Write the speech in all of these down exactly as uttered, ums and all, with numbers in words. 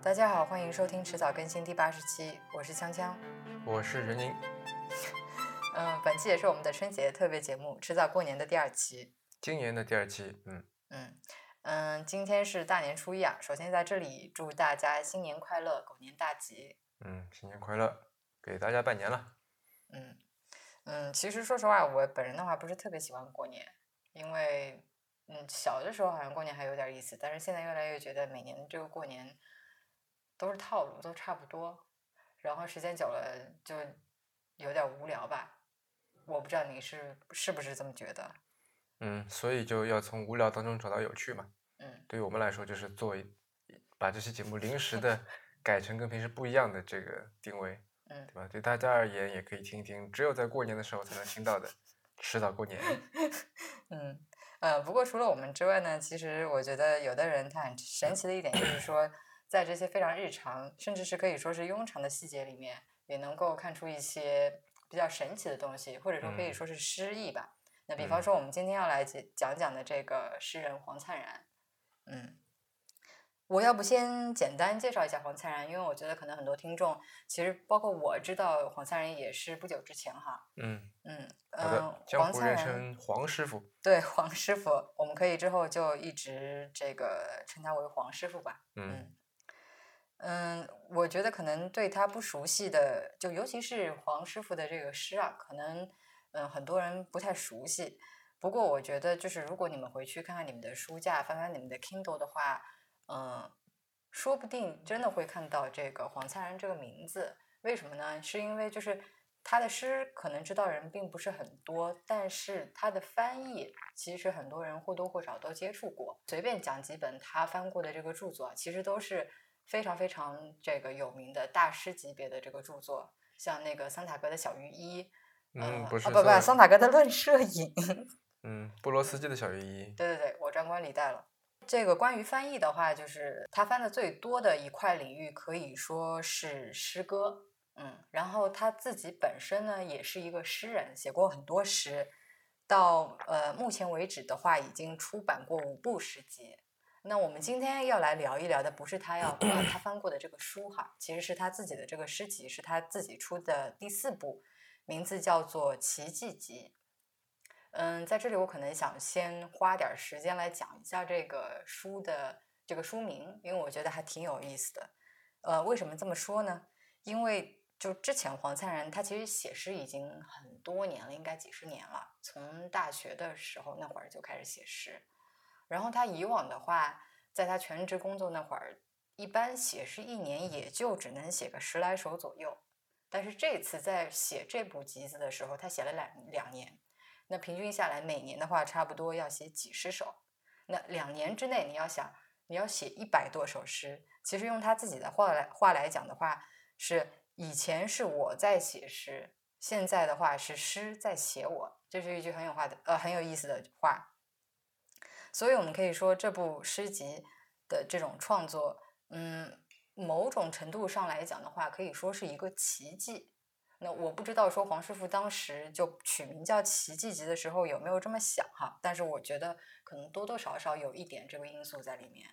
大家好，欢迎收听迟早更新第八十期，我是锵锵， 我是任宁。 嗯，本期也是我们的春节特别节目，迟早过年的第二期。 今年的第二期，嗯嗯嗯，今天是大年初一啊，首先在这里祝大家新年快乐，狗年大吉。 嗯，新年快乐，给大家拜年了。 嗯嗯，其实说实话，我本人的话不是特别喜欢过年，因为嗯小的时候好像过年还有点意思，但是现在越来越觉得每年这个过年都是套路，都差不多，然后时间久了就有点无聊吧。我不知道你是是不是这么觉得？ 嗯，所以就要从无聊当中找到有趣嘛。 嗯， 对于我们来说，就是作为把这期节目临时的改成跟平时不一样的这个定位， 嗯， 对吧？对大家而言，也可以听一听只有在过年的时候才能听到的迟早过年。 嗯，呃，不过除了我们之外呢，其实我觉得有的人他很神奇的一点就是说，在这些非常日常，甚至是可以说是庸常的细节里面，也能够看出一些比较神奇的东西，或者说可以说是诗意吧。那比方说，我们今天要来讲讲的这个诗人黄灿然，嗯。我要不先简单介绍一下黄灿然，因为我觉得可能很多听众，其实包括我知道黄灿然也是不久之前哈。 嗯嗯好的， 嗯， 江湖黄灿然人称黄师傅。 对黄师傅，我们可以之后就一直这个称他为黄师傅吧。 嗯嗯，我觉得可能对他不熟悉的，就尤其是黄师傅的这个诗啊，可能嗯很多人不太熟悉。不过我觉得，就是如果你们回去看看你们的书架，翻翻你们的 Kindle 的话，嗯，说不定真的会看到这个黄灿然这个名字。为什么呢？是因为就是他的诗可能知道人并不是很多，但是他的翻译其实很多人或多或少都接触过。随便讲几本他翻过的这个著作，其实都是非常非常这个有名的大师级别的这个著作，像那个桑塔格的小于一， 嗯，不是呃，哦不不，桑塔格的论摄影， 嗯，布罗斯基的小于一。 对对对，我张冠李戴了。这个关于翻译的话，就是他翻的最多的一块领域可以说是诗歌，嗯，然后他自己本身呢也是一个诗人，写过很多诗，到呃目前为止的话，已经出版过五部诗集。那我们今天要来聊一聊的不是他要呃他翻过的这个书哈，其实是他自己的这个诗集，是他自己出的第四部，名字叫做《奇迹集》。嗯，在这里我可能想先花点时间来讲一下这个书的这个书名，因为我觉得还挺有意思的。呃，为什么这么说呢？因为就之前黄灿然他其实写诗已经很多年了，应该几十年了，从大学的时候那会儿就开始写诗。然后他以往的话，在他全职工作那会儿，一般写诗一年也就只能写个十来首左右。但是这次在写这部集子的时候，他写了两两年。那平均下来，每年的话，差不多要写几十首。那两年之内，你要想，你要写一百多首诗，其实用他自己的话来话来讲的话，是以前是我在写诗，现在的话是诗在写我，这是一句很有话的呃很有意思的话。所以我们可以说，这部诗集的这种创作，嗯，某种程度上来讲的话，可以说是一个奇迹。那我不知道说黄师傅当时就取名叫《奇迹集》的时候有没有这么想哈，但是我觉得可能多多少少有一点这个因素在里面。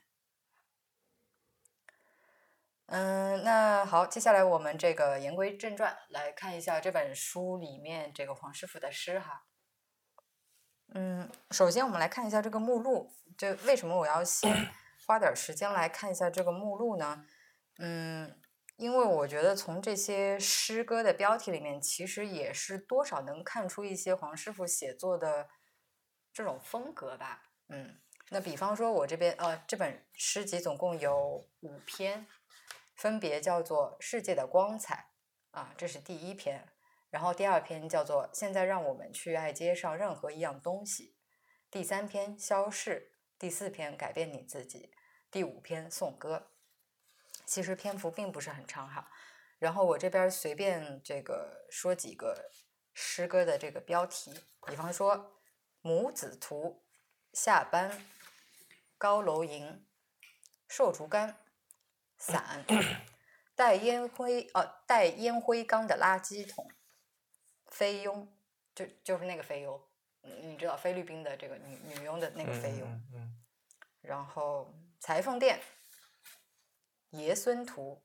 嗯，那好，接下来我们这个言归正传，来看一下这本书里面这个黄师傅的诗哈。嗯，首先我们来看一下这个目录，就为什么我要先花点时间来看一下这个目录呢？嗯。因为我觉得从这些诗歌的标题里面，其实也是多少能看出一些黄师傅写作的这种风格吧。嗯，那比方说，我这边呃，这本诗集总共有五篇，分别叫做《世界的光彩》啊，这是第一篇。然后第二篇叫做《现在让我们去爱街上任何一样东西》，第三篇消逝，第四篇改变你自己，第五篇颂歌。其实篇幅并不是很长哈，然后我这边随便这个说几个诗歌的这个标题，比方说母子图、下班、高楼营、瘦竹竿、伞、带烟灰呃带烟灰缸的垃圾桶、菲佣，就就是那个菲佣，你知道菲律宾的这个女女佣的那个菲佣， 嗯嗯嗯、 然后裁缝店。 爷孙图。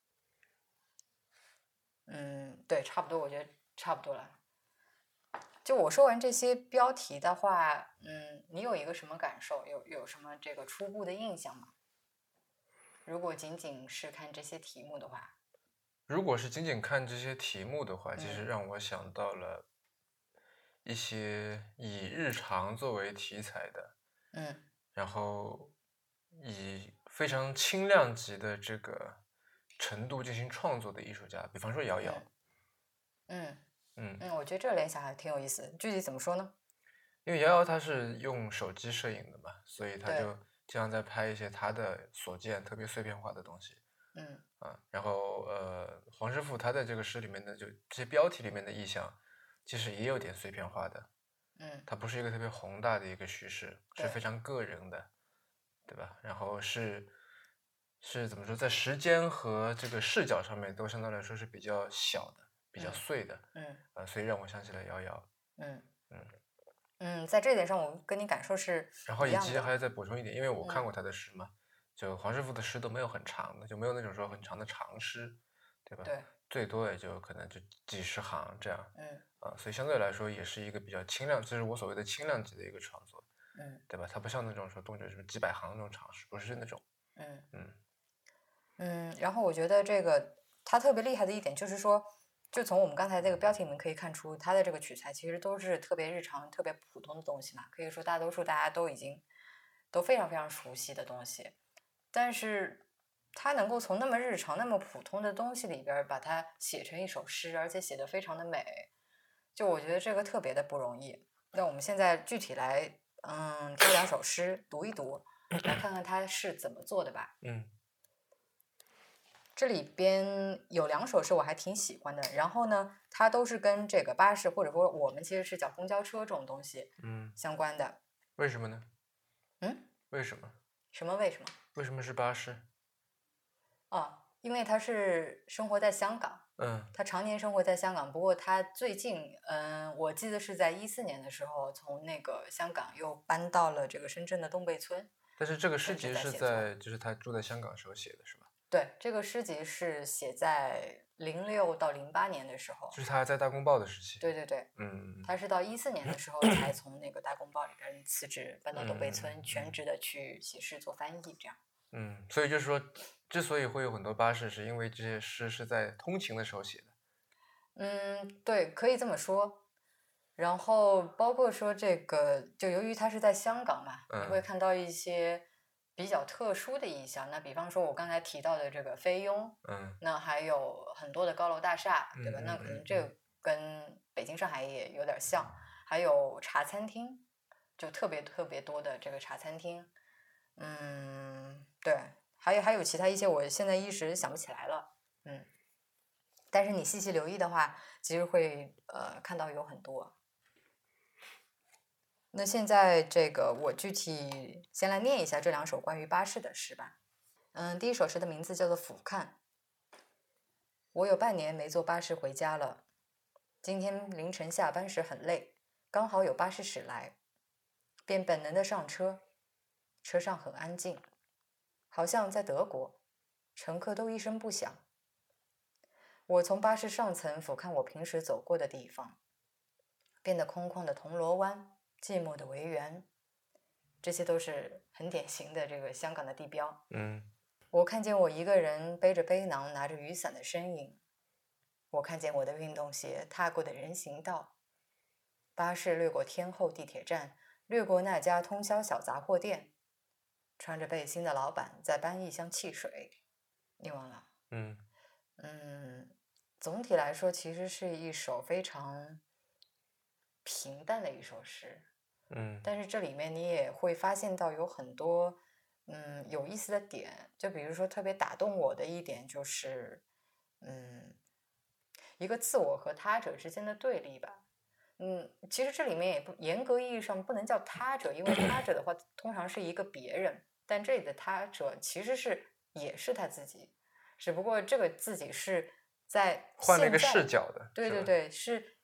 嗯，对，差不多，我觉得差不多了。就我说完这些标题的话，嗯，你有一个什么感受？有有什么这个初步的印象吗？如果仅仅是看这些题目的话， 如果是仅仅看这些题目的话， 嗯、 其实让我想到了一些以日常作为题材的， 嗯， 然后以非常轻量级的这个程度进行创作的艺术家，比方说瑶瑶。 嗯嗯嗯，我觉得这个联想还挺有意思的。具体怎么说呢？ 因为瑶瑶她是用手机摄影的嘛，所以她对就经常在拍一些她的所见特别碎片化的东西。 嗯啊，然后呃，黄师傅他在这个诗里面的就这些标题里面的意象，其实也有点碎片化的， 嗯， 它不是一个特别宏大的一个叙事，是对非常个人的，对吧？然后是是怎么说，在时间和这个视角上面都相对来说是比较小的，比较嗯碎的， 嗯呃，所以让我想起了瑶瑶。 嗯嗯嗯，在这点上我跟你感受是然后一样的。 以及还要再补充一点，因为我看嗯过他的诗嘛，就黄师傅的诗都没有很长的，就没有那种说很长的长诗，对吧？ 对， 最多也就可能就几十行这样， 嗯啊，所以相对来说也是一个比较轻量，这是我所谓的轻量级的一个创作， 嗯对吧？它不像那种说动辄什么几百行那种长诗，不是那种， 嗯嗯嗯，然后我觉得这个他特别厉害的一点就是说，就从我们刚才这个标题里面可以看出，他的这个取材其实都是特别日常、特别普通的东西嘛，可以说大多数大家都已经都非常非常熟悉的东西，但是他能够从那么日常、那么普通的东西里边儿把它写成一首诗，而且写得非常的美，就我觉得这个特别的不容易。那我们现在具体来，嗯，挑两首诗读一读，来看看他是怎么做的吧。 嗯这里边有两首是我还挺喜欢的，然后呢，它都是跟这个巴士或者说我们其实是叫公交车这种东西嗯， 相关的。 为什么呢？ 嗯， 为什么？ 什么为什么？ 为什么是巴士？ 啊，因为他是生活在香港， 嗯他常年生活在香港，不过他最近，嗯，我记得是在一四年的时候，从那个香港又搬到了这个深圳的东贝村。 但是这个诗集是一直在写作在就是他住在香港时候写的，是吧？ 对，这个诗集是写在零六到零八年的时候。 就是他在大公报的时期。 对对对， 嗯他是到一四年的时候才从那个大公报里边辞职，搬到东北嗯村，全职的去写诗做翻译，这样。 嗯，所以就是说，之所以会有很多巴士，是因为这些诗是在通勤的时候写的。 嗯，对，可以这么说。然后包括说这个，就由于他是在香港嘛，你会嗯看到一些比较特殊的意象。那比方说，我刚才提到的这个菲佣， 嗯那还有很多的高楼大厦，对吧？ 嗯那可能嗯这个跟北京、上海也有点像。还有茶餐厅，就特别特别多的这个茶餐厅。嗯，对，还有还有其他一些，我现在一时想不起来了。嗯，但是你细细留意的话，其实会呃看到有很多。那现在这个我具体先来念一下这两首关于巴士的诗吧。嗯，第一首诗的名字叫做《俯瞰》。我有半年没坐巴士回家了。今天凌晨下班时很累，刚好有巴士驶来，便本能的上车。车上很安静，好像在德国，乘客都一声不响。我从巴士上层俯瞰我平时走过的地方，变得空旷的铜锣湾，寂寞的维园，这些都是很典型的这个香港的地标。 嗯我看见我一个人背着背囊拿着雨伞的身影，我看见我的运动鞋踏过的人行道，巴士掠过天后地铁站，掠过那家通宵小杂货店，穿着背心的老板在搬一箱汽水。你忘了？ 嗯嗯，总体来说，其实是一首非常平淡的一首诗， 嗯但是这里面你也会发现到有很多嗯有意思的点，就比如说特别打动我的一点就是，嗯，一个自我和他者之间的对立吧。嗯，其实这里面也不严格意义上不能叫他者，因为他者的话通常是一个别人，但这里的他者其实是也是他自己，只不过这个自己是在换了一个现在视角的，是吧对对对，是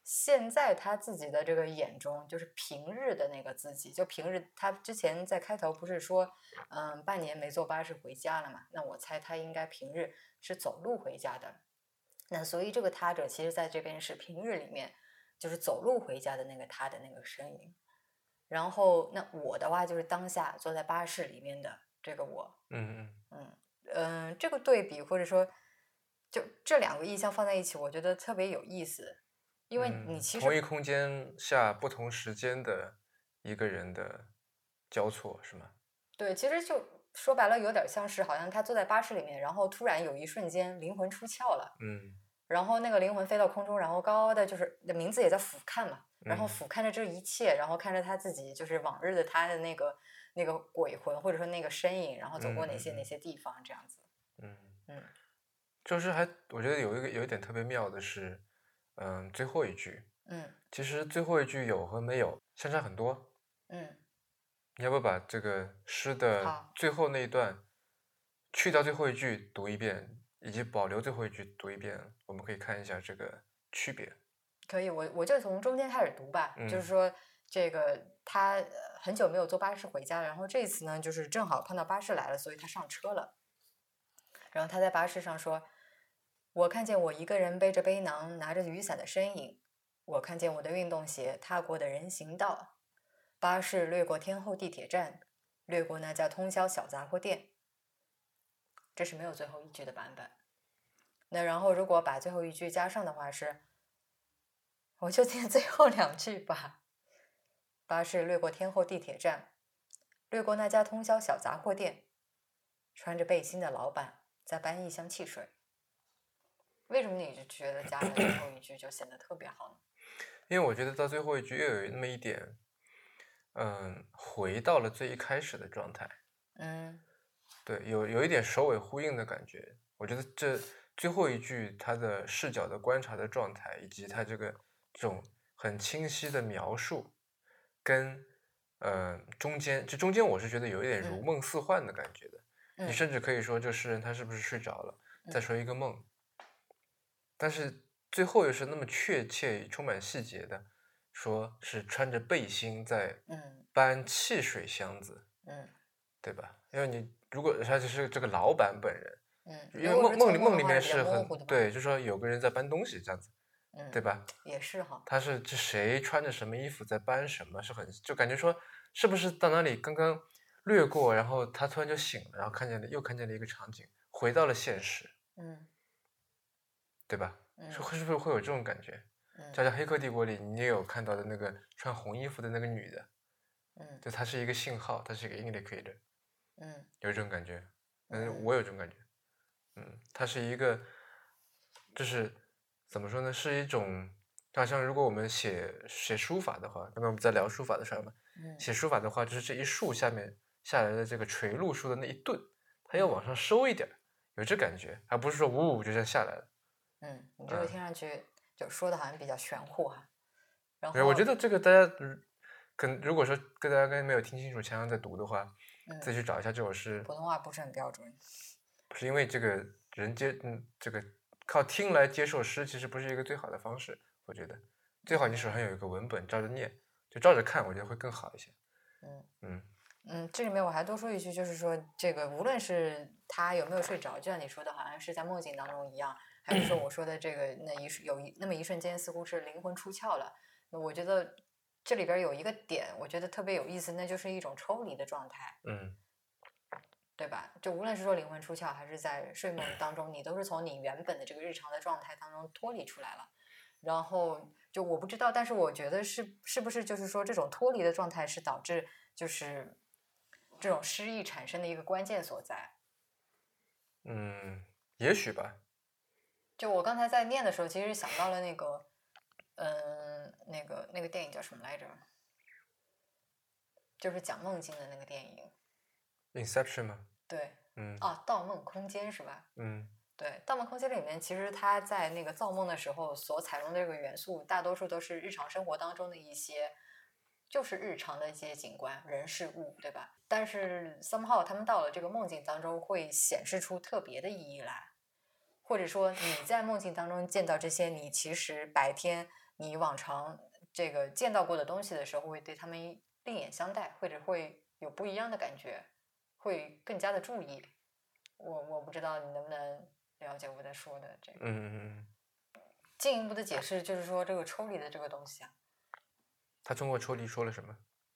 现在他自己的这个眼中，就是平日的那个自己，就平日他之前在开头不是说，嗯，半年没坐巴士回家了嘛？那我猜他应该平日是走路回家的。那所以这个他者其实在这边是平日里面就是走路回家的那个他的那个身影。然后那我的话就是当下坐在巴士里面的这个我。 嗯嗯嗯嗯，这个对比或者说就这两个意象放在一起，我觉得特别有意思。因为你嗯， 其实同一空间下不同时间的一个人的交错，是吗？ 对，其实就说白了，有点像是好像他坐在巴士里面，然后突然有一瞬间灵魂出窍了， 嗯然后那个灵魂飞到空中，然后高高的就是名字也在俯瞰嘛，然后嗯俯瞰着这一切，然后看着他自己就是往日的他的那个那个鬼魂或者说那个身影，然后走过哪些嗯嗯哪些地方这样子。 嗯， 嗯就是还我觉得有一个有一点特别妙的是，嗯，最后一句， 嗯其实最后一句有和没有相差很多。 嗯， 你要不要把这个诗的好， 最后那一段去掉最后一句读一遍，以及保留最后一句读一遍？我们可以看一下这个区别。 可以，我我就从中间开始读吧，就是嗯说这个他呃很久没有坐巴士回家了，然后这次呢就是正好碰到巴士来了，所以他上车了。然后他在巴士上说：“我看见我一个人背着背囊，拿着雨伞的身影。我看见我的运动鞋踏过的人行道。巴士掠过天后地铁站，掠过那家通宵小杂货店。”这是没有最后一句的版本。那然后如果把最后一句加上的话是，我就念最后两句吧。巴士掠过天后地铁站，掠过那家通宵小杂货店，穿着背心的老板在搬一箱汽水。为什么你就觉得加了最后一句就显得特别好呢？ 因为我觉得到最后一句又有那么一点，嗯，回到了最一开始的状态。 嗯对，有有一点首尾呼应的感觉。我觉得这最后一句它的视角的观察的状态，以及它这个这种很清晰的描述，跟呃中间这中间我是觉得有一点如嗯梦似幻的感觉的。你嗯甚至可以说这诗人他是不是睡着了，在嗯说一个梦，但是最后又是那么确切、充满细节的，说是穿着背心在嗯搬汽水箱子， 嗯对吧？因为你如果他就是这个老板本人， 嗯， 因为如果是梦梦里做梦的梦里面话是比较是很模糊的嘛。 对，就说有个人在搬东西这样子， 嗯， 对吧？ 也是哈。 他是这谁穿着什么衣服在搬什么，是很就感觉说是不是到哪里刚刚掠过，然后他突然就醒了，然后看见了又看见了一个场景，回到了现实， 嗯对吧？是嗯会是不是会有这种感觉？ 嗯就像《黑客帝国》里你也有看到的那个穿红衣服的那个女的， 嗯就她是一个信号，她是一个 indicator， 嗯有这种感觉。嗯， 嗯我有这种感觉。嗯，它是一个，就是怎么说呢？是一种，好像如果我们写写书法的话，刚刚我们在聊书法的时候嘛， 嗯写书法的话，就是这一竖下面下来的这个垂露书的那一顿，它要往上收一点儿，有这感觉，而不是说呜呜就这样下来了。 嗯，你这个嗯听上去就说的好像比较玄乎哈。然对，我觉后得这个大家嗯可能如果说跟大家刚才没有听清楚强强在读的话，自嗯， 己去找一下这首诗， 普通话不是很标准。 不是因为这个人接嗯这个靠听来接受诗，其实不是一个最好的方式。我觉得最好你手上有一个文本，照着念，就照着看，我觉得会更好一些。 嗯嗯嗯，这里面我还多说一句，就是说这个无论是他有没有睡着，就像你说的，好像是在梦境当中一样，还是说我说的这个那一瞬有一那么一瞬间，似乎是灵魂出窍了。那我觉得这里边有一个点，我觉得特别有意思，那就是一种抽离的状态。 嗯对吧？就无论是说灵魂出窍，还是在睡梦当中，你都是从你原本的这个日常的状态当中脱离出来了。然后就我不知道，但是我觉得是是不是就是说这种脱离的状态是导致就是这种失忆产生的一个关键所在。 嗯，也许吧。 就我刚才在念的时候，其实想到了那个，嗯，那个那个电影叫什么来着？就是讲梦境的那个电影。 Inception 吗？ 对， 嗯啊，《盗梦空间》是吧？ 嗯对，《盗梦空间》里面，其实他在那个造梦的时候所采用的这个元素，大多数都是日常生活当中的一些，就是日常的一些景观、人事物，对吧？但是 somehow 他们到了这个梦境当中，会显示出特别的意义来，或者说你在梦境当中见到这些，你其实白天你往常这个见到过的东西的时候，会对他们另眼相待，或者会有不一样的感觉，会更加的注意。我我不知道你能不能了解我在说的这个。 嗯嗯嗯。 进一步的解释就是说，这个抽离的这个东西啊， 他通过抽离说了什么？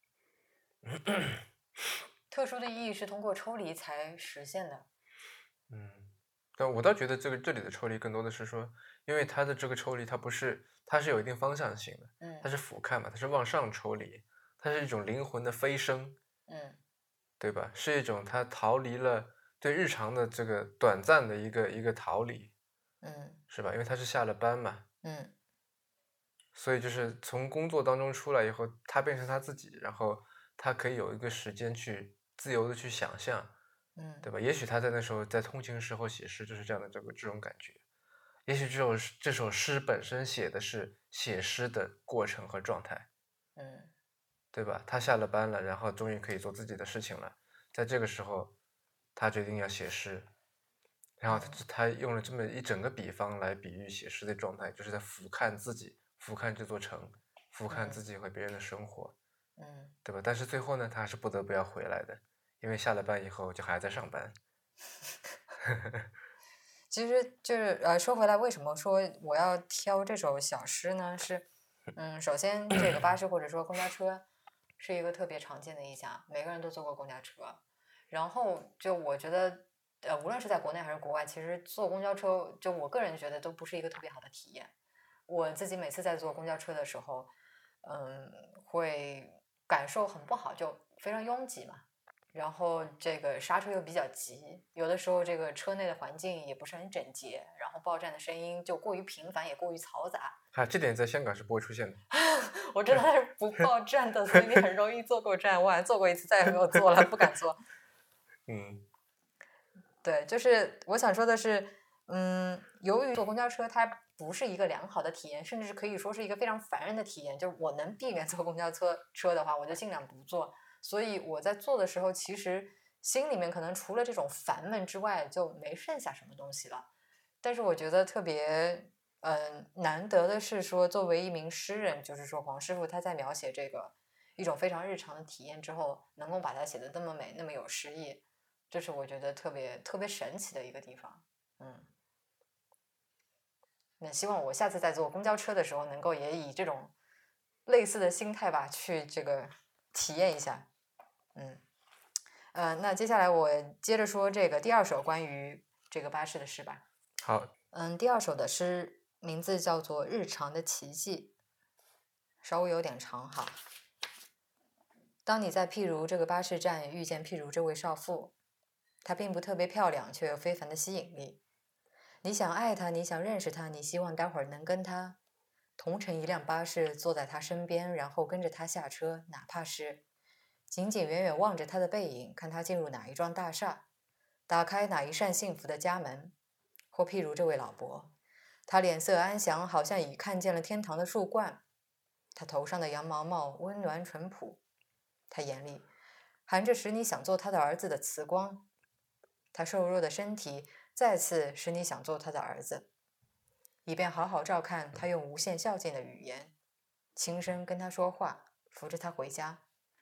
特殊的意义是通过抽离才实现的。 嗯，但我倒觉得这个这里的抽离更多的是说，因为它的这个抽离，它不是，它是有一定方向性的， 嗯它是俯瞰嘛，它是往上抽离，它是一种灵魂的飞升， 嗯对吧？是一种它逃离了对日常的这个短暂的一个一个逃离， 嗯是吧？因为他是下了班嘛， 嗯所以就是从工作当中出来以后，他变成他自己，然后他可以有一个时间去自由的去想象， 嗯对吧？也许他在那时候在通勤时候写诗，就是这样的这个这种感觉。也许这首这首诗本身写的是写诗的过程和状态， 嗯对吧？他下了班了，然后终于可以做自己的事情了，在这个时候，他决定要写诗，然后他他用了这么一整个比方来比喻写诗的状态，就是在俯瞰自己，俯瞰这座城，俯瞰自己和别人的生活， 嗯， 对吧？但是最后呢，他还是不得不要回来的，因为下了班以后就还在上班。 其实就是呃，说回来，为什么说我要挑这首小诗呢？是，嗯，首先这个巴士或者说公交车是一个特别常见的意象，每个人都坐过公交车。然后就我觉得，呃，无论是在国内还是国外，其实坐公交车，就我个人觉得都不是一个特别好的体验。我自己每次在坐公交车的时候，嗯，会感受很不好，就非常拥挤嘛。然后这个刹车又比较急，有的时候这个车内的环境也不是很整洁，然后报站的声音就过于频繁，也过于嘈杂。 啊，这点在香港是不会出现的。 我知道它是不报站的，所以你很容易坐过站。我还坐过一次，再也没有坐了，不敢坐。 嗯对，就是我想说的是，嗯，由于坐公交车它不是一个良好的体验，甚至是可以说是一个非常烦人的体验。就是我能避免坐公交车车的话，我就尽量不坐。所以我在做的时候，其实心里面可能除了这种烦闷之外，就没剩下什么东西了。但是我觉得特别，嗯，难得的是说，作为一名诗人，就是说黄师傅他在描写这个一种非常日常的体验之后，能够把它写得那么美，那么有诗意，这是我觉得特别特别神奇的一个地方。嗯，那希望我下次在坐公交车的时候，能够也以这种类似的心态吧，去这个体验一下。嗯，呃，那接下来我接着说这个第二首关于这个巴士的诗吧。 好， 嗯，第二首的诗名字叫做《日常的奇迹》，稍微有点长哈。当你在譬如这个巴士站遇见譬如这位少妇，她并不特别漂亮，却有非凡的吸引力。你想爱她，你想认识她，你希望待会儿能跟她同乘一辆巴士，坐在她身边，然后跟着她下车，哪怕是仅仅远远望着她的背影，看她进入哪一幢大厦，打开哪一扇幸福的家门。或譬如这位老伯，他脸色安详，好像已看见了天堂的树冠。他头上的羊毛帽温暖淳朴，他眼里含着使你想做他的儿子的慈光。他瘦弱的身体再次使你想做他的儿子，以便好好照看他用无限孝敬的语言，轻声跟他说话，扶着他回家。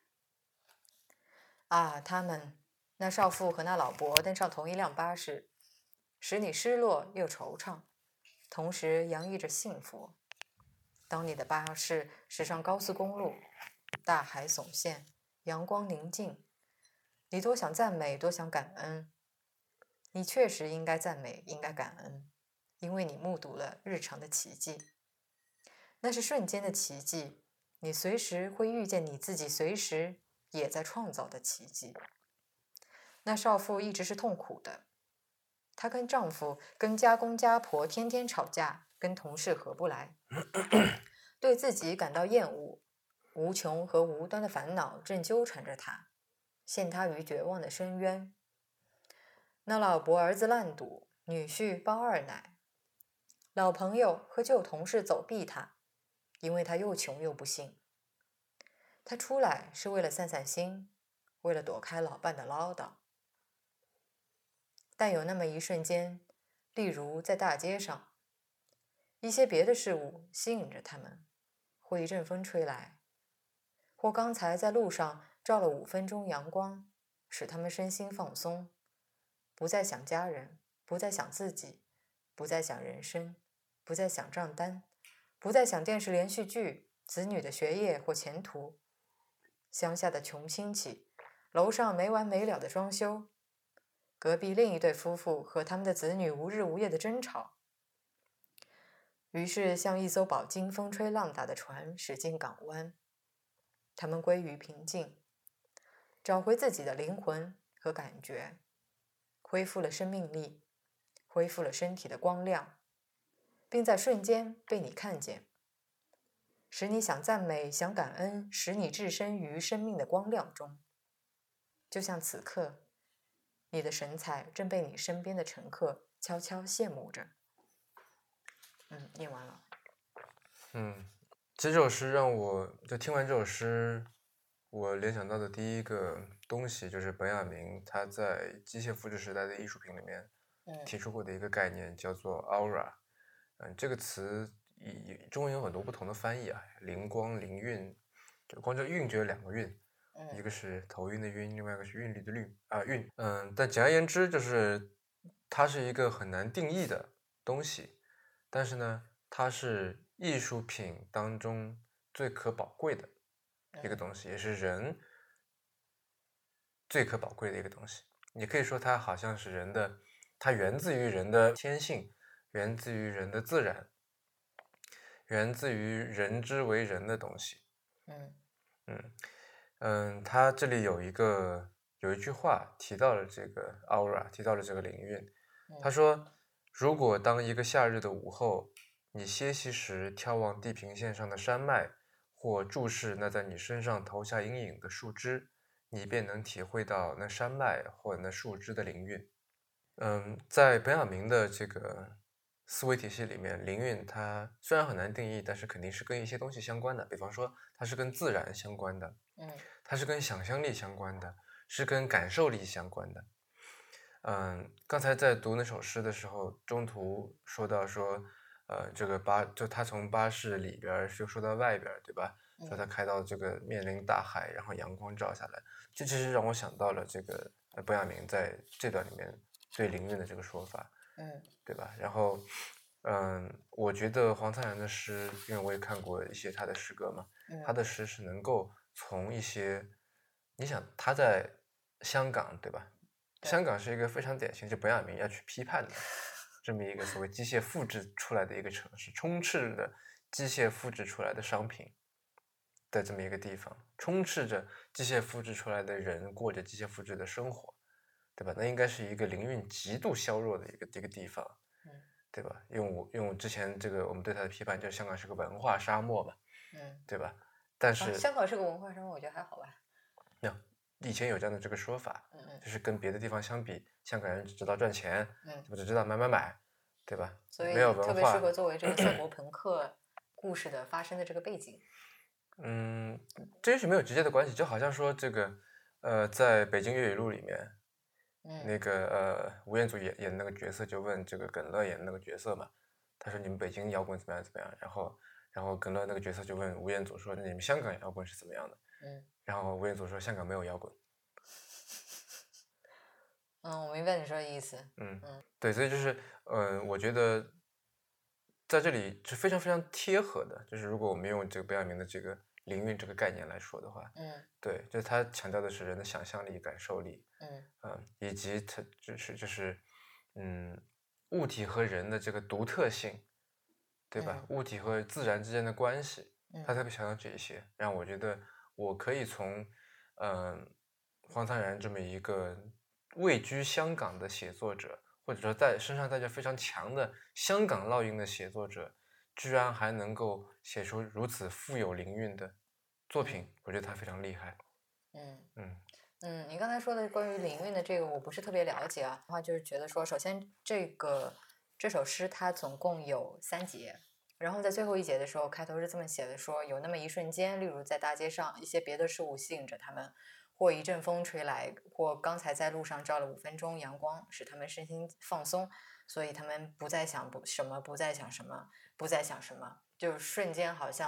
啊，他们，那少妇和那老伯登上同一辆巴士，使你失落又惆怅，同时洋溢着幸福。当你的巴士驶上高速公路，大海耸现，阳光宁静，你多想赞美，多想感恩。你确实应该赞美，应该感恩，因为你目睹了日常的奇迹。那是瞬间的奇迹，你随时会遇见你自己随时也在创造的奇迹。那少妇一直是痛苦的，她跟丈夫、跟家公家婆天天吵架，跟同事合不来，对自己感到厌恶，无穷和无端的烦恼正纠缠着她，陷她于绝望的深渊。那老伯儿子烂赌，女婿包二奶，老朋友和旧同事走避他，因为他又穷又不幸。他出来是为了散散心，为了躲开老伴的唠叨。但有那么一瞬间，例如在大街上，一些别的事物吸引着他们， 或一阵风吹来，或刚才在路上照了五分钟阳光，使他们身心放松，不再想家人，不再想自己，不再想人生，不再想账单，不再想电视连续剧、子女的学业或前途，乡下的穷亲戚，楼上没完没了的装修，隔壁另一对夫妇和他们的子女无日无夜的争吵。于是像一艘饱经风吹浪打的船驶进港湾，他们归于平静，找回自己的灵魂和感觉，恢复了生命力，恢复了身体的光亮，并在瞬间被你看见，使你想赞美、想感恩，使你置身于生命的光亮中。就像此刻，你的神采正被你身边的乘客悄悄羡慕着。嗯，念完了。 嗯，其实这首诗让我就听完这首诗，我联想到的第一个东西就是本雅明他在机械复制时代的艺术品里面提出过的一个概念，叫做 aura。嗯，这个词以中文有很多不同的翻译啊，灵光、灵韵，就光这韵就有两个韵，一个是头韵的韵，另外一个是韵律的律啊韵。嗯，但简而言之，就是它是一个很难定义的东西，但是呢，它是艺术品当中最可宝贵的一个东西，也是人最可宝贵的一个东西。你可以说它好像是人的，它源自于人的天性，源自于人的自然，源自于人之为人的东西。 嗯嗯嗯，它这里有一个有一句话提到了这个 aura， 提到了这个灵韵。他说，如果当一个夏日的午后，你歇息时眺望地平线上的山脉，或注视那在你身上投下阴影的树枝，你便能体会到那山脉或那树枝的灵韵。嗯，在本雅明的这个思维体系里面，灵韵它虽然很难定义，但是肯定是跟一些东西相关的。比方说，它是跟自然相关的， 嗯， 它是跟想象力相关的，是跟感受力相关的。嗯，刚才在读那首诗的时候，中途说到说，呃，这个巴就他从巴士里边就说到外边，对吧？说他开到这个面临大海，然后阳光照下来，这其实让我想到了这个呃本雅明在这段里面对灵韵的这个说法， 嗯， 对吧？然后，嗯，我觉得黄灿然的诗，因为我也看过一些他的诗歌嘛，他的诗是能够从一些，你想他在香港，对吧？香港是一个非常典型，就本雅明要去批判的这么一个所谓机械复制出来的一个城市，充斥着机械复制出来的商品的这么一个地方，充斥着机械复制出来的人过着机械复制的生活，对吧？那应该是一个灵韵极度削弱的一个一个地方，对吧？用我用之前这个我们对它的批判，就是香港是个文化沙漠嘛， 嗯， 对吧？但是、 啊、香港是个文化沙漠，我觉得还好吧。 那以前有这样的这个说法， 嗯嗯， 就是跟别的地方相比，香港人只知道赚钱， 嗯， 只知道买买买，对吧？ 所以没有文特别适化， 合作为这个赛博朋克故事的发生的这个背景。 嗯，这也许没有直接的关系，就好像说这个，呃，在北京粤语录里面， 嗯那个呃吴彦祖演演的那个角色就问这个耿乐演的那个角色嘛，他说你们北京摇滚怎么样怎么样，然后然后耿乐那个角色就问吴彦祖说你们香港摇滚是怎么样的， 嗯然后吴彦祖说香港没有摇滚。 嗯，我明白你说的意思。 嗯嗯对，所以就是，嗯、我觉得在这里是非常非常贴合的，就是如果我们用这个本雅明的这个灵韵这个概念来说的话， 嗯对，就是他强调的是人的想象力、感受力， 嗯嗯，以及它就是就是，嗯，物体和人的这个独特性，对吧？物体和自然之间的关系，他特别强调这一些，让我觉得我可以从，嗯、黄灿然这么一个位居香港的写作者，或者说在身上带着非常强的香港烙印的写作者，居然还能够写出如此富有灵韵的作品，我觉得他非常厉害。 嗯嗯嗯，你刚才说的关于灵韵的这个，我不是特别了解啊。的话就是觉得说，首先这个这首诗它总共有三节，然后在最后一节的时候，开头是这么写的说，有那么一瞬间，例如在大街上，一些别的事物吸引着他们，或一阵风吹来，或刚才在路上照了五分钟阳光，使他们身心放松，所以他们不再想不什么，不再想什么，不再想什么，就是瞬间好像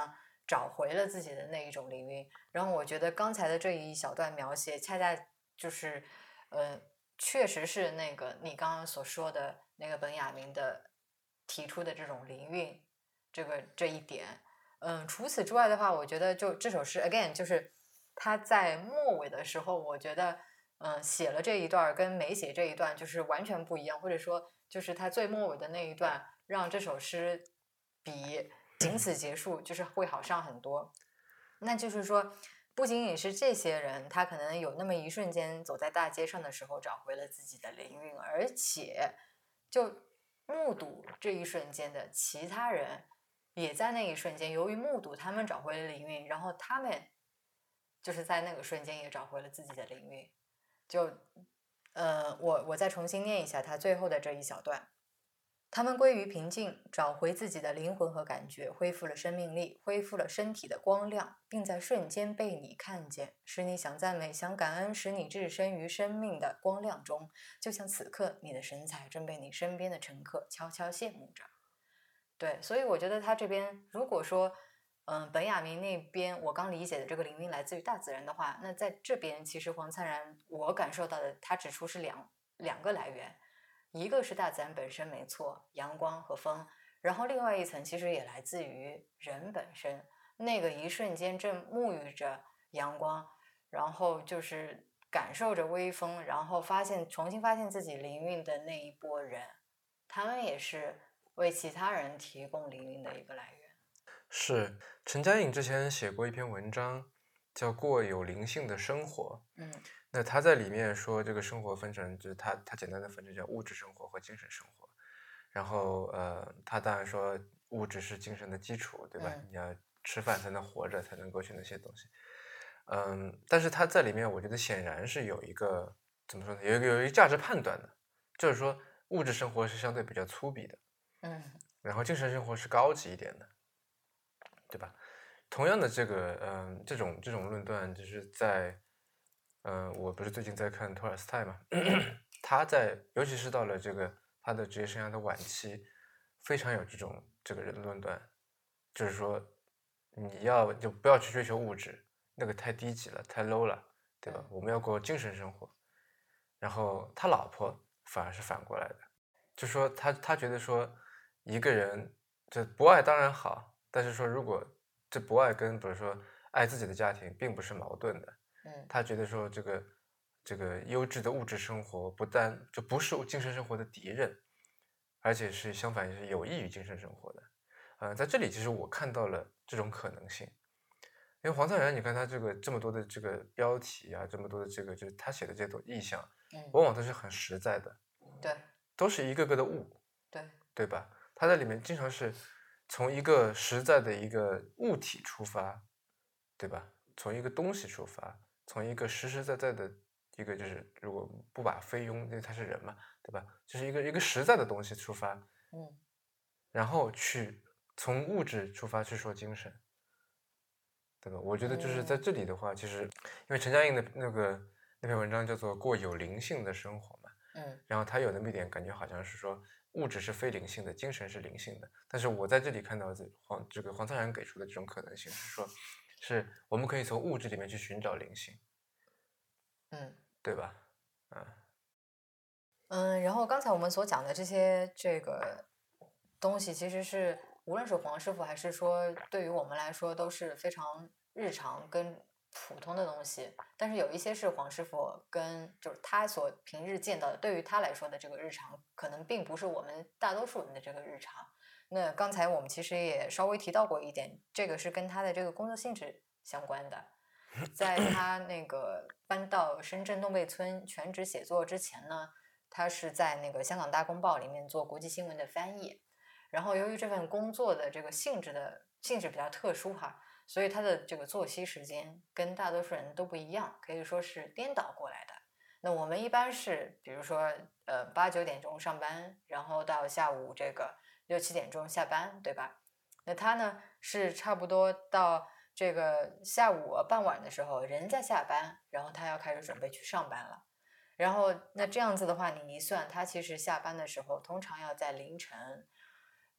找回了自己的那一种灵韵。然后我觉得刚才的这一小段描写，恰恰就是呃，确实是那个你刚刚所说的那个本雅明的提出的这种灵韵，这个这一点。嗯，除此之外的话，我觉得就这首诗 again 就是他在末尾的时候，我觉得嗯写了这一段跟没写这一段就是完全不一样，或者说就是他最末尾的那一段让这首诗比仅此结束就是会好上很多。那就是说不仅仅是这些人，他可能有那么一瞬间走在大街上的时候找回了自己的灵韵，而且就目睹这一瞬间的其他人也在那一瞬间，由于目睹他们找回了灵韵，然后他们就是在那个瞬间也找回了自己的灵韵。就呃，我我再重新念一下他最后的这一小段。他们归于平静，找回自己的灵魂和感觉，恢复了生命力，恢复了身体的光亮，并在瞬间被你看见，使你想赞美、想感恩，使你置身于生命的光亮中，就像此刻你的神采正被你身边的乘客悄悄羡慕着。对，所以我觉得他这边如果说，嗯，本雅明那边我刚理解的这个灵韵来自于大自然的话，那在这边其实黄灿然我感受到的，他指出是两两个来源。一个是大自然本身没错，阳光和风，然后另外一层其实也来自于人本身，那个一瞬间正沐浴着阳光，然后就是感受着微风，然后发现重新发现自己灵韵的那一波人，他们也是为其他人提供灵韵的一个来源。 是陈嘉映之前写过一篇文章，叫《过有灵性的生活》。 嗯那他在里面说，这个生活分成，就是他他简单的分成叫物质生活和精神生活。然后呃，他当然说物质是精神的基础，对吧？ 嗯你要吃饭才能活着，才能够去那些东西。嗯，但是他在里面，我觉得显然是有一个怎么说呢？有一个有一个价值判断的，就是说物质生活是相对比较粗鄙的， 嗯然后精神生活是高级一点的，对吧？同样的这个嗯、呃，这种这种论断，就是在嗯、呃，我不是最近在看托尔斯泰嘛，他在尤其是到了这个他的职业生涯的晚期，非常有这种这个人论断，就是说你要就不要去追求物质，那个太低级了，太 low 了，对吧？ 嗯我们要过精神生活。然后他老婆反而是反过来的，就说他他觉得说一个人这博爱当然好，但是说如果这博爱跟比如说爱自己的家庭并不是矛盾的， 嗯他觉得说这个这个优质的物质生活不但就不是精神生活的敌人，而且是相反是有益于精神生活的。呃，在这里其实我看到了这种可能性。因为黄灿然，你看他这个这么多的这个标题啊，这么多的这个就是他写的这种意象， 嗯， 往往都是很实在的， 对都是一个个的物， 对， 对吧？他在里面经常是从一个实在的一个物体出发，对吧？从一个东西出发，从一个实实在在的一个就是如果不把非庸，因为他是人嘛，对吧？就是一个一个实在的东西出发， 嗯然后去从物质出发去说精神。对吧？我觉得就是在嗯这里的话，其实因为陈嘉映的那个那篇文章叫做《过有灵性的生活》嘛， 嗯然后他有那么一点感觉，好像是说物质是非灵性的，精神是灵性的。但是我在这里看到这黄这个黄灿然给出的这种可能性是说，是我们可以从物质里面去寻找灵性， 嗯对吧？啊， 嗯，然后刚才我们所讲的这些这个东西，其实是无论是黄师傅还是说对于我们来说都是非常日常跟普通的东西，但是有一些是黄师傅跟就是他所平日见到的，对于他来说的这个日常，可能并不是我们大多数人的这个日常。那刚才我们其实也稍微提到过一点，这个是跟他的这个工作性质相关的。在他那个搬到深圳东贝村全职写作之前呢，他是在那个《香港大公报》里面做国际新闻的翻译。然后由于这份工作的这个性质的性质比较特殊哈，所以他的这个作息时间跟大多数人都不一样，可以说是颠倒过来的。那我们一般是比如说呃八九点钟上班，然后到下午这个六七点钟下班，对吧？那他呢是差不多到这个下午傍晚的时候，人在下班，然后他要开始准备去上班了。然后那这样子的话，你一算，他其实下班的时候通常要在凌晨，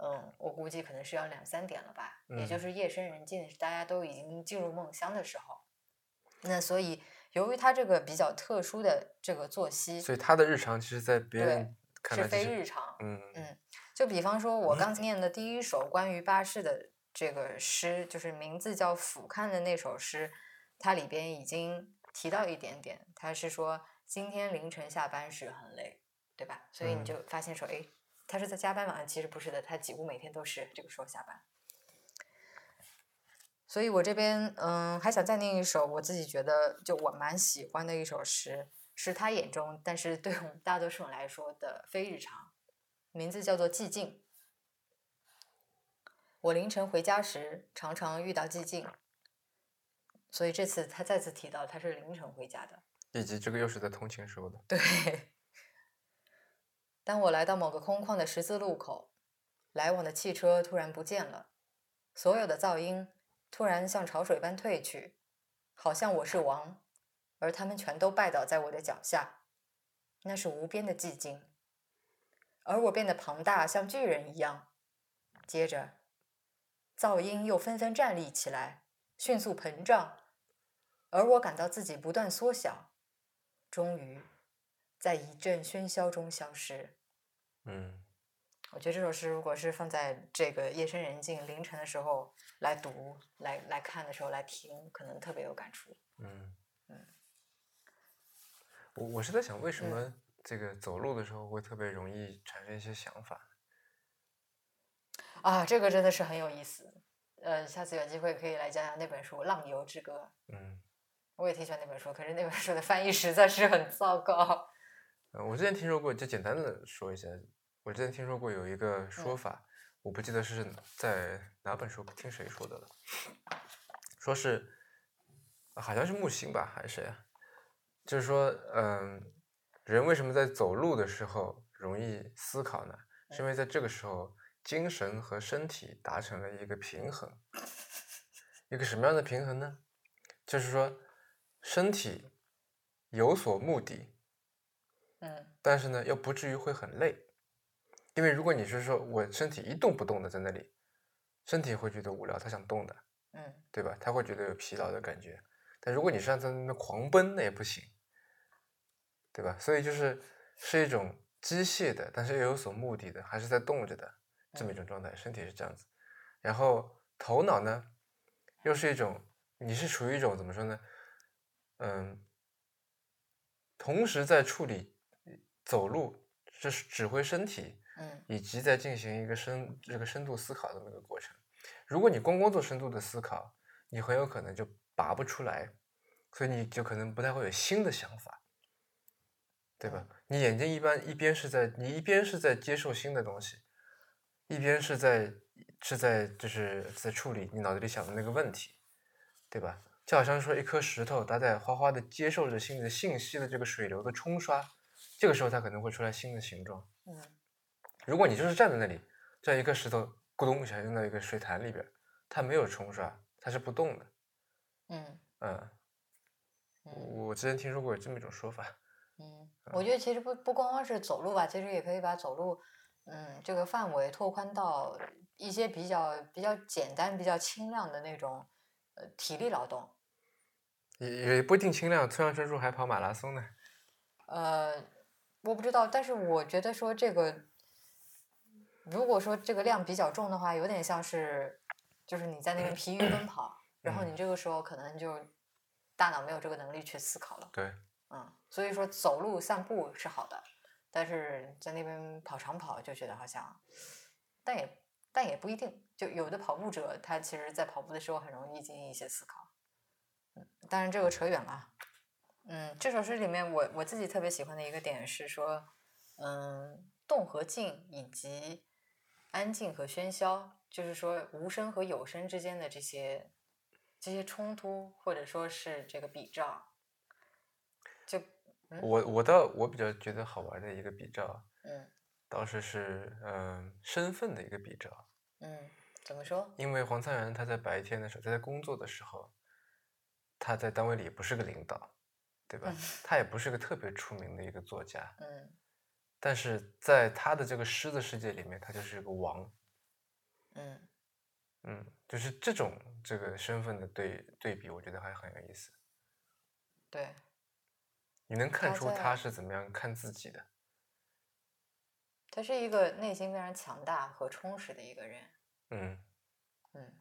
嗯，我估计可能是要两三点了吧， 嗯、 也就是夜深人静，大家都已经进入梦乡的时候。那所以，由于他这个比较特殊的这个作息， 所以他的日常其实，在别人看来是非日常。 嗯嗯，就比方说，我刚念的第一首关于巴士的这个诗，就是名字叫《俯瞰》的那首诗，它里边已经提到一点点，它是说今天凌晨下班时很累，对吧？所以你就发现说，哎，他是在加班吗？其实不是的，他几乎每天都是这个时候下班。所以我这边嗯还想再念一首我自己觉得就我蛮喜欢的一首诗，是他眼中但是对我们大多数人来说的非日常，名字叫做寂静。我凌晨回家时常常遇到寂静，所以这次他再次提到他是凌晨回家的， 以及这个又是在通勤时候的。 对。当我来到某个空旷的十字路口，来往的汽车突然不见了，所有的噪音突然像潮水般退去，好像我是王，而他们全都拜倒在我的脚下。那是无边的寂静，而我变得庞大，像巨人一样。接着，噪音又纷纷站立起来，迅速膨胀，而我感到自己不断缩小，终于在一阵喧嚣中消失。 嗯， 我觉得这首诗如果是放在这个夜深人静、凌晨的时候来读、来来看的时候来听，可能特别有感触。 嗯嗯， 我我是在想，为什嗯么这个走路的时候会特别容易产生一些想法？ 啊，这个真的是很有意思。呃，下次有机会可以来讲讲那本书《浪游之歌》。 嗯， 我也挺喜欢那本书，可是那本书的翻译实在是很糟糕。 呃，我之前听说过，就简单的说一下，我之前听说过有一个说法， 嗯、 我不记得是在哪本书听谁说的了，说是好像是木心吧，还是谁啊？就是说，嗯，人为什么在走路的时候容易思考呢？是因为在这个时候，精神和身体达成了一个平衡。一个什么样的平衡呢？就是说，身体有所目的， 嗯， 但是呢，又不至于会很累。因为如果你是说我身体一动不动的在那里，身体会觉得无聊，他想动的， 嗯， 对吧？他会觉得有疲劳的感觉。但如果你是让他在那狂奔，那也不行，对吧？所以就是是一种机械的，但是又有所目的的，还是在动着的这么一种状态。身体是这样子，然后头脑呢，又是一种，你是处于一种怎么说呢？嗯，同时在处理走路，这是指挥身体， 嗯， 以及在进行一个深这个深度思考的那个过程。如果你光光做深度的思考，你很有可能就拔不出来，所以你就可能不太会有新的想法，对吧？你眼睛一般一边是在你一边是在接受新的东西，一边是在是在就是在处理你脑子里想的那个问题，对吧？就好像说一颗石头，它在哗哗的接受着新的信息的这个水流的冲刷，这个时候它可能会出来新的形状。 嗯， 如果你就是站在那里，这样一颗石头咕咚一下扔到一个水潭里边，它没有冲刷，它是不动的。 嗯嗯， 嗯我之前听说过有这么一种说法。 嗯，我觉得其实不不光光是走路吧，其实也可以把走路，嗯，这个范围拓宽到一些比较比较简单、比较轻量的那种呃体力劳动。 也也不一定轻量，村上春树还跑马拉松呢。 呃，我不知道，但是我觉得说这个，如果说这个量比较重的话，有点像是，就是你在那边疲于奔跑，然后你这个时候可能就大脑没有这个能力去思考了。 对， 嗯，所以说走路散步是好的，但是在那边跑长跑就觉得好像，但也但也不一定，就有的跑步者他其实在跑步的时候很容易进行一些思考。嗯，当然这个扯远了。嗯，这首诗里面我我自己特别喜欢的一个点是说，嗯，动和静以及安静和喧嚣，就是说无声和有声之间的这些这些冲突，或者说是这个比照。就嗯我我倒我比较觉得好玩的一个比照， 嗯倒是是嗯身份的一个比照。 嗯，怎么说？ 因为黄灿然他在白天的时候，他在工作的时候，他在单位里也不是个领导，对吧？ 嗯他也不是个特别出名的一个作家， 嗯但是在他的这个诗的世界里面，他就是个王， 嗯嗯，就是这种这个身份的对对比，我觉得还很有意思。 对， 你能看出他在他是怎么样看自己的。 他是一个内心非常强大和充实的一个人。 嗯嗯，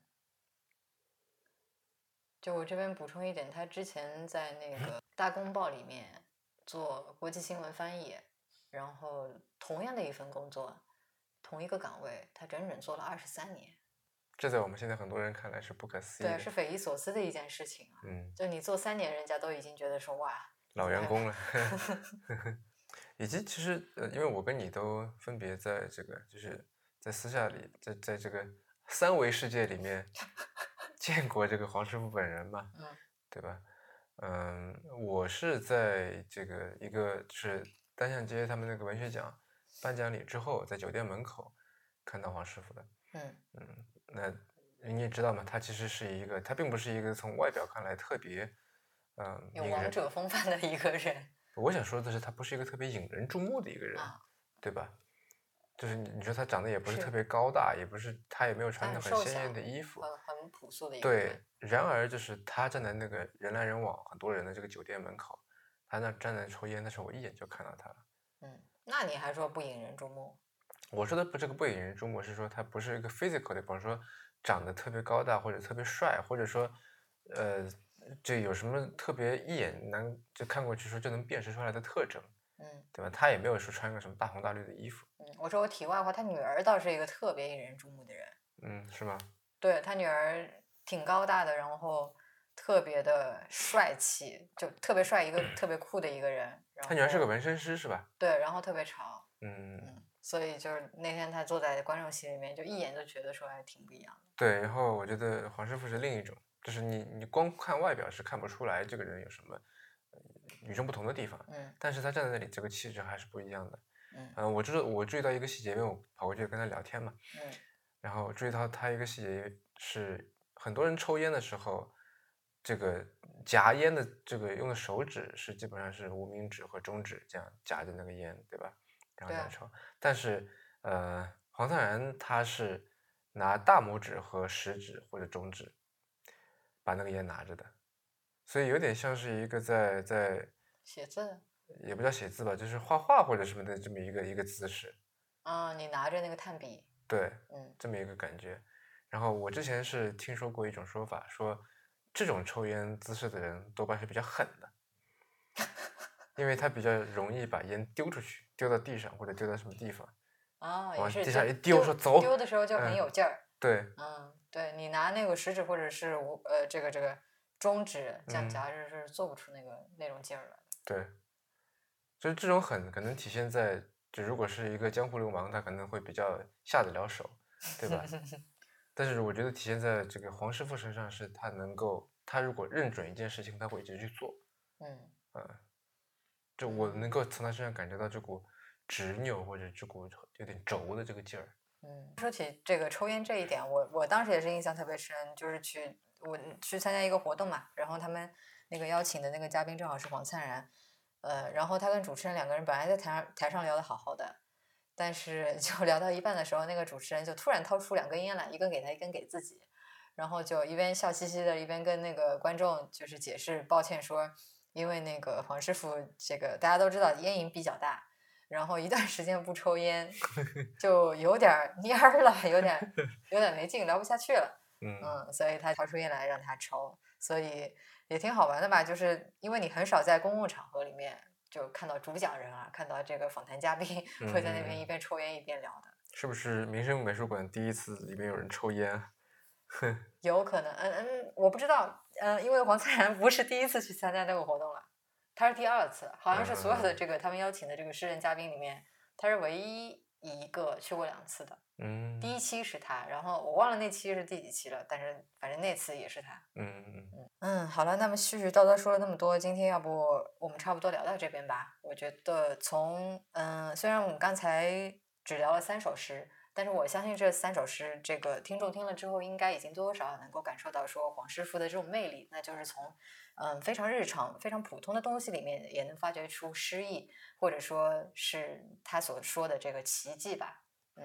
就我这边补充一点，他之前在那个《大公报》里面做国际新闻翻译，然后同样的一份工作，同一个岗位，他整整做了二十三年。 这在我们现在很多人看来是不可思议对， 的。 是匪夷所思的一件事情啊。 嗯， 就你做三年，人家都已经觉得说哇， 老员工了。以及其实呃，因为我跟你都分别在这个就是在私下里，在在这个三维世界里面见过这个黄师傅本人嘛， 嗯对吧？嗯，我是在这个一个就是单向街他们那个文学奖颁奖礼之后，在酒店门口看到黄师傅的。 嗯嗯，那你也知道嘛，他其实是一个，他并不是一个从外表看来特别，嗯， 有引人。 王者风范的一个人我想说的是，他不是一个特别引人注目的一个人， 啊， 对吧？就是你你说他长得也不是是特别高大，也不是他也没有穿他的很瘦小， 很鲜艳的衣服， 很很朴素的一个对。 人。 然而就是他站在那个人来人往很多人的这个酒店门口，他那站在抽烟的时候，我一眼就看到他了。 嗯，那你还说不引人注目？ 我说的不这个不引人注目，是说他不是一个 physical 的，比方说长得特别高大或者特别帅，或者说，呃，这有什么特别一眼能就看过去说就能辨识出来的特征， 嗯对吧？他也没有说穿个什么大红大绿的衣服。 嗯，我说我题外话，他女儿倒是一个特别引人注目的人。 嗯，是吗？ 对，他女儿挺高大的，然后特别的帅气，就特别帅，一个特别酷的一个人。然他女儿是个后纹身师是吧？ 对，然后特别潮。 嗯， 嗯，所以就是那天他坐在观众席里面，就一眼就觉得说还挺不一样的。 对。然后我觉得黄师傅是另一种，就是你你光看外表是看不出来这个人有什么呃与众不同的地方， 嗯但是他站在那里，这个气质还是不一样的。 嗯嗯，我知道我注意到一个细节，因为我跑过去跟他聊天嘛， 嗯然后注意到他一个细节是，很多人抽烟的时候，这个夹烟的这个用的手指是基本上是无名指和中指这样夹着那个烟，对吧？然后这样抽。但是呃，黄灿然他是拿大拇指和食指或者中指把那个烟拿着的，所以有点像是一个在在写字也不叫写字吧，就是画画或者什么的这么一个一个姿势。 啊，你拿着那个炭笔。 对， 嗯这么一个感觉。然后我之前是听说过一种说法，说这种抽烟姿势的人多半是比较狠的，因为他比较容易把烟丢出去，丢到地上或者丢到什么地方， 啊，也往地是就上一丢，说走。 丢的时候就很嗯， 有劲儿。 对， 嗯，对你拿那个食指或者是无呃这个这个中指这样嗯， 夹着是做不出那个那种劲儿来的。 对，就是这种狠可能体现在，就如果是一个江湖流氓，他可能会比较下得了手，对吧？但是我觉得体现在这个黄师傅身上，是他能够，他如果认准一件事情，他会一直去做。 嗯嗯，就我能够从他身上感觉到这股执拗或者这股有点轴的这个劲儿。 嗯，说起这个抽烟这一点，我我当时也是印象特别深，就是去我去参加一个活动嘛，然后他们那个邀请的那个嘉宾正好是黄灿然，呃，然后他跟主持人两个人本来在台上台上聊得好好的，但是就聊到一半的时候，那个主持人就突然掏出两根烟来，一根给他，一根给自己，然后就一边笑嘻嘻的，一边跟那个观众就是解释抱歉说，因为那个黄师傅这个大家都知道烟瘾比较大。然后一段时间不抽烟，就有点儿蔫儿了，有点有点没劲，聊不下去了。 嗯嗯，所以他掏出烟来让他抽，所以也挺好玩的吧？就是因为你很少在公共场合里面就看到主讲人啊，看到这个访谈嘉宾会在那边一边抽烟一边聊的。 是不是民生美术馆第一次里面有人抽烟啊？ 有可能，嗯嗯，我不知道，嗯，因为黄灿然不是第一次去参加那个活动了，他是第二次，好像是所有的这个他们邀请的这个诗人嘉宾里面，他是唯一一个去过两次的。 嗯， 第一期是他，然后我忘了那期是第几期了，但是反正那次也是他。 嗯嗯嗯嗯，好了，那么絮絮叨叨说了那么多，今天要不我们差不多聊到这边吧？我觉得从嗯，虽然我们刚才只聊了三首诗，但是我相信这三首诗，这个听众听了之后，应该已经多多少少能够感受到说黄师傅的这种魅力，那就是从嗯非常日常、非常普通的东西里面，也能发掘出诗意，或者说是他所说的这个奇迹吧。嗯。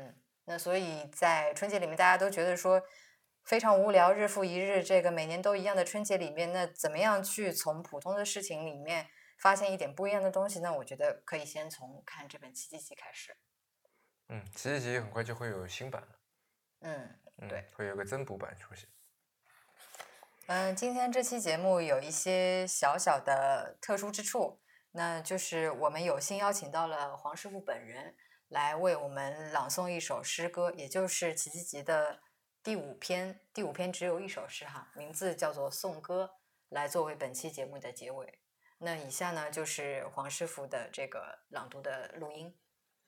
那所以在春节里面，大家都觉得说非常无聊，日复一日，这个每年都一样的春节里面，那怎么样去从普通的事情里面发现一点不一样的东西呢？我觉得可以先从看这本奇迹集开始。 嗯，奇迹集很快就会有新版了。 嗯，对， 嗯，会有个增补版出现。 嗯，今天这期节目有一些小小的特殊之处，那就是我们有幸邀请到了黄师傅本人来为我们朗诵一首诗歌，也就是奇迹集的第五篇。第五篇只有一首诗哈，名字叫做《颂歌》，来作为本期节目的结尾。那以下呢就是黄师傅的这个朗读的录音。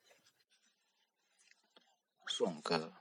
颂歌，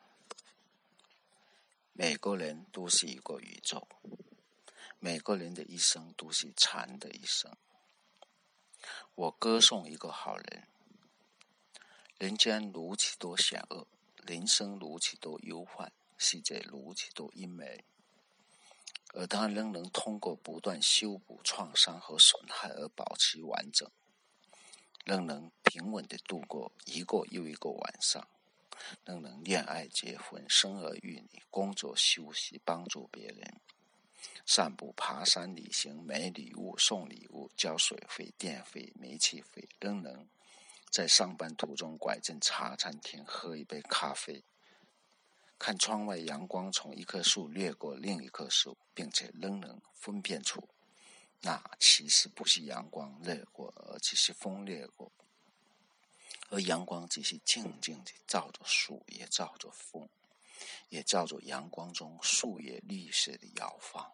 每个人都是一个宇宙，每个人的一生都是禅的一生。我歌颂一个好人，人间如此多险恶，人生如此多忧患，世界如此多阴霾，而他仍能通过不断修补创伤和损害而保持完整，仍能平稳地度过一个又一个晚上，仍能恋爱结婚生儿育女，工作休息帮助别人，散步爬山旅行买礼物送礼物交水费电费煤气费，仍能在上班途中拐进茶餐厅喝一杯咖啡，看窗外阳光从一棵树掠过另一棵树，并且仍能分辨出那其实不是阳光掠过，而只是风掠过，而阳光只是静静地照着树，也照着风，也照着阳光中树叶绿色的摇放。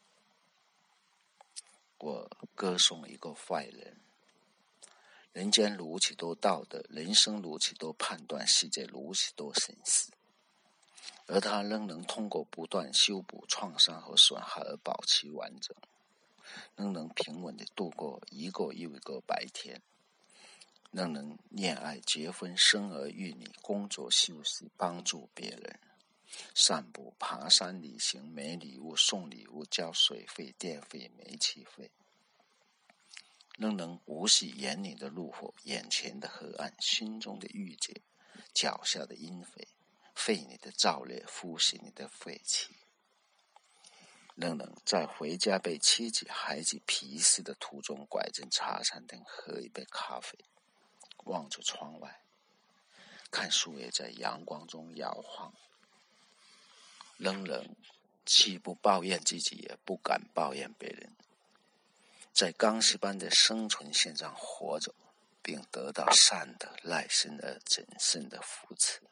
我歌颂一个坏人，人间如此多道德，人生如此多判断，世界如此多审视，而他仍能通过不断修补创伤和损害而保持完整，仍能平稳地度过一个又一个白天，仍能恋爱结婚生儿育女工作休息帮助别人，散步爬山旅行买礼物送礼物交水费电费煤气费，仍能无视眼里的怒火眼前的黑暗心中的郁结脚下的阴痿肺里的燥热呼吸你的废气，仍能在回家被妻子孩子皮实的途中拐进茶餐厅喝一杯咖啡，望着窗外看树叶在阳光中摇晃，仍能既不抱怨自己也不敢抱怨别人，在钢丝般的生存线上活着，并得到善的赖身而谨慎的扶持。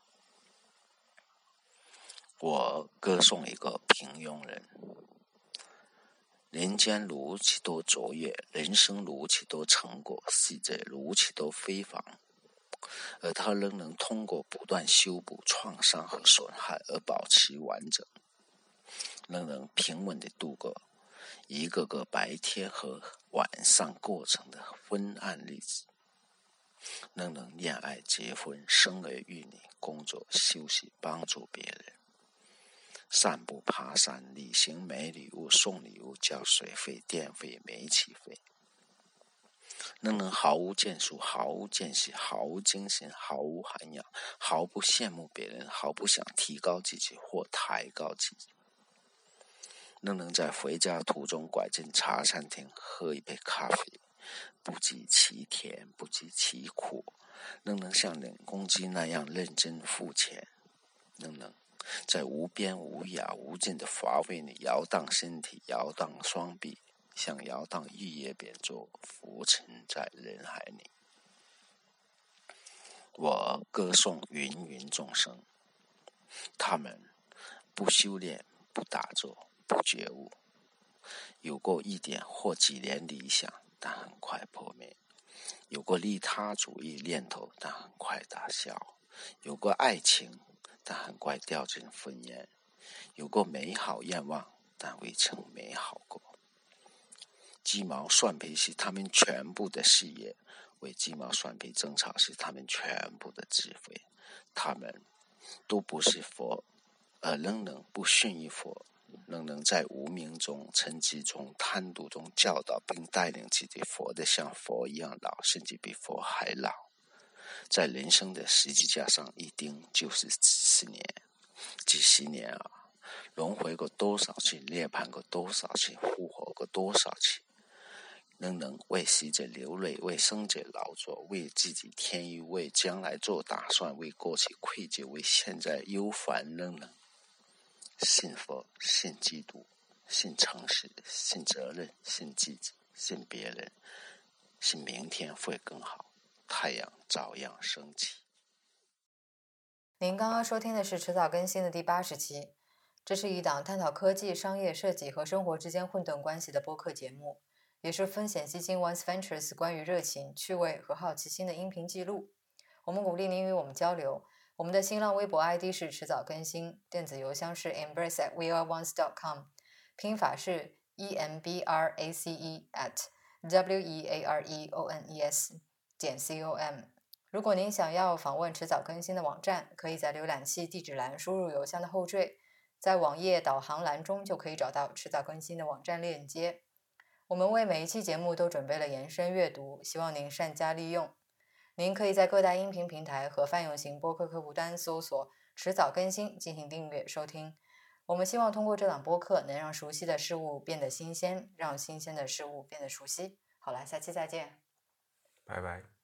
我歌颂一个平庸人，人间如此多卓越，人生如此多成果，世界如此多辉煌，而他仍能通过不断修补创伤和损害而保持完整，仍能平稳地度过一个个白天和晚上过程的昏暗日子，仍能恋爱结婚生儿育女工作休息帮助别人，散步爬山旅行买礼物送礼物交水费电费煤气费，仍能毫无建树毫无见识毫无精神毫无涵养，毫不羡慕别人，毫不想提高自己或抬高自己，仍能在回家途中拐进茶餐厅喝一杯咖啡，不知其甜不知其苦，仍能像领公鸡那样认真付钱，仍能在无边无涯无尽的乏味里摇荡身体摇荡双臂，像摇荡玉叶扁舟浮沉在人海里。我歌颂芸芸众生，他们不修炼不打坐不觉悟，有过一点或几年理想，但很快破灭，有过利他主义念头，但很快打消，有过爱情，但很快掉进烽烟，有过美好愿望，但未曾美好过。鸡毛蒜皮是他们全部的事业，为鸡毛蒜皮争吵是他们全部的智慧，他们都不是佛，而仍能不逊于佛，仍能在无名中嗔痴中贪渎中教导并带领自己活得像佛一样老，甚至比佛还老， 在人生的十字架上一钉就是几十年，几十年啊，轮回过多少次，涅槃过多少次，复活过多少次，仍能为死者流泪，为生者劳作，为自己添油，为将来做打算，为过去愧疚，为现在忧烦，仍能信佛，信基督，信诚实，信责任，信自己，信别人，信明天会更好，太阳照样升起。 您刚刚收听的是迟早更新的第八十期，这是一档探讨科技、商业、设计和生活之间混沌关系的播客节目，也是风险基金 Once Ventures 关于热情、趣味和好奇心的音频记录。我们鼓励您与我们交流。我们的新浪微博 I D 是迟早更新，电子邮箱是 embrace at weareones dot com， 拼法是 e m b r a c e at w e a r e o n e s 点 c o m。如果您想要访问迟早更新的网站，可以在浏览器地址栏输入邮箱的后缀，在网页导航栏中就可以找到迟早更新的网站链接。我们为每一期节目都准备了延伸阅读，希望您善加利用。您可以在各大音频平台和泛用型播客客户端搜索迟早更新进行订阅收听。我们希望通过这档播客能让熟悉的事物变得新鲜，让新鲜的事物变得熟悉。好了，下期再见， 拜拜。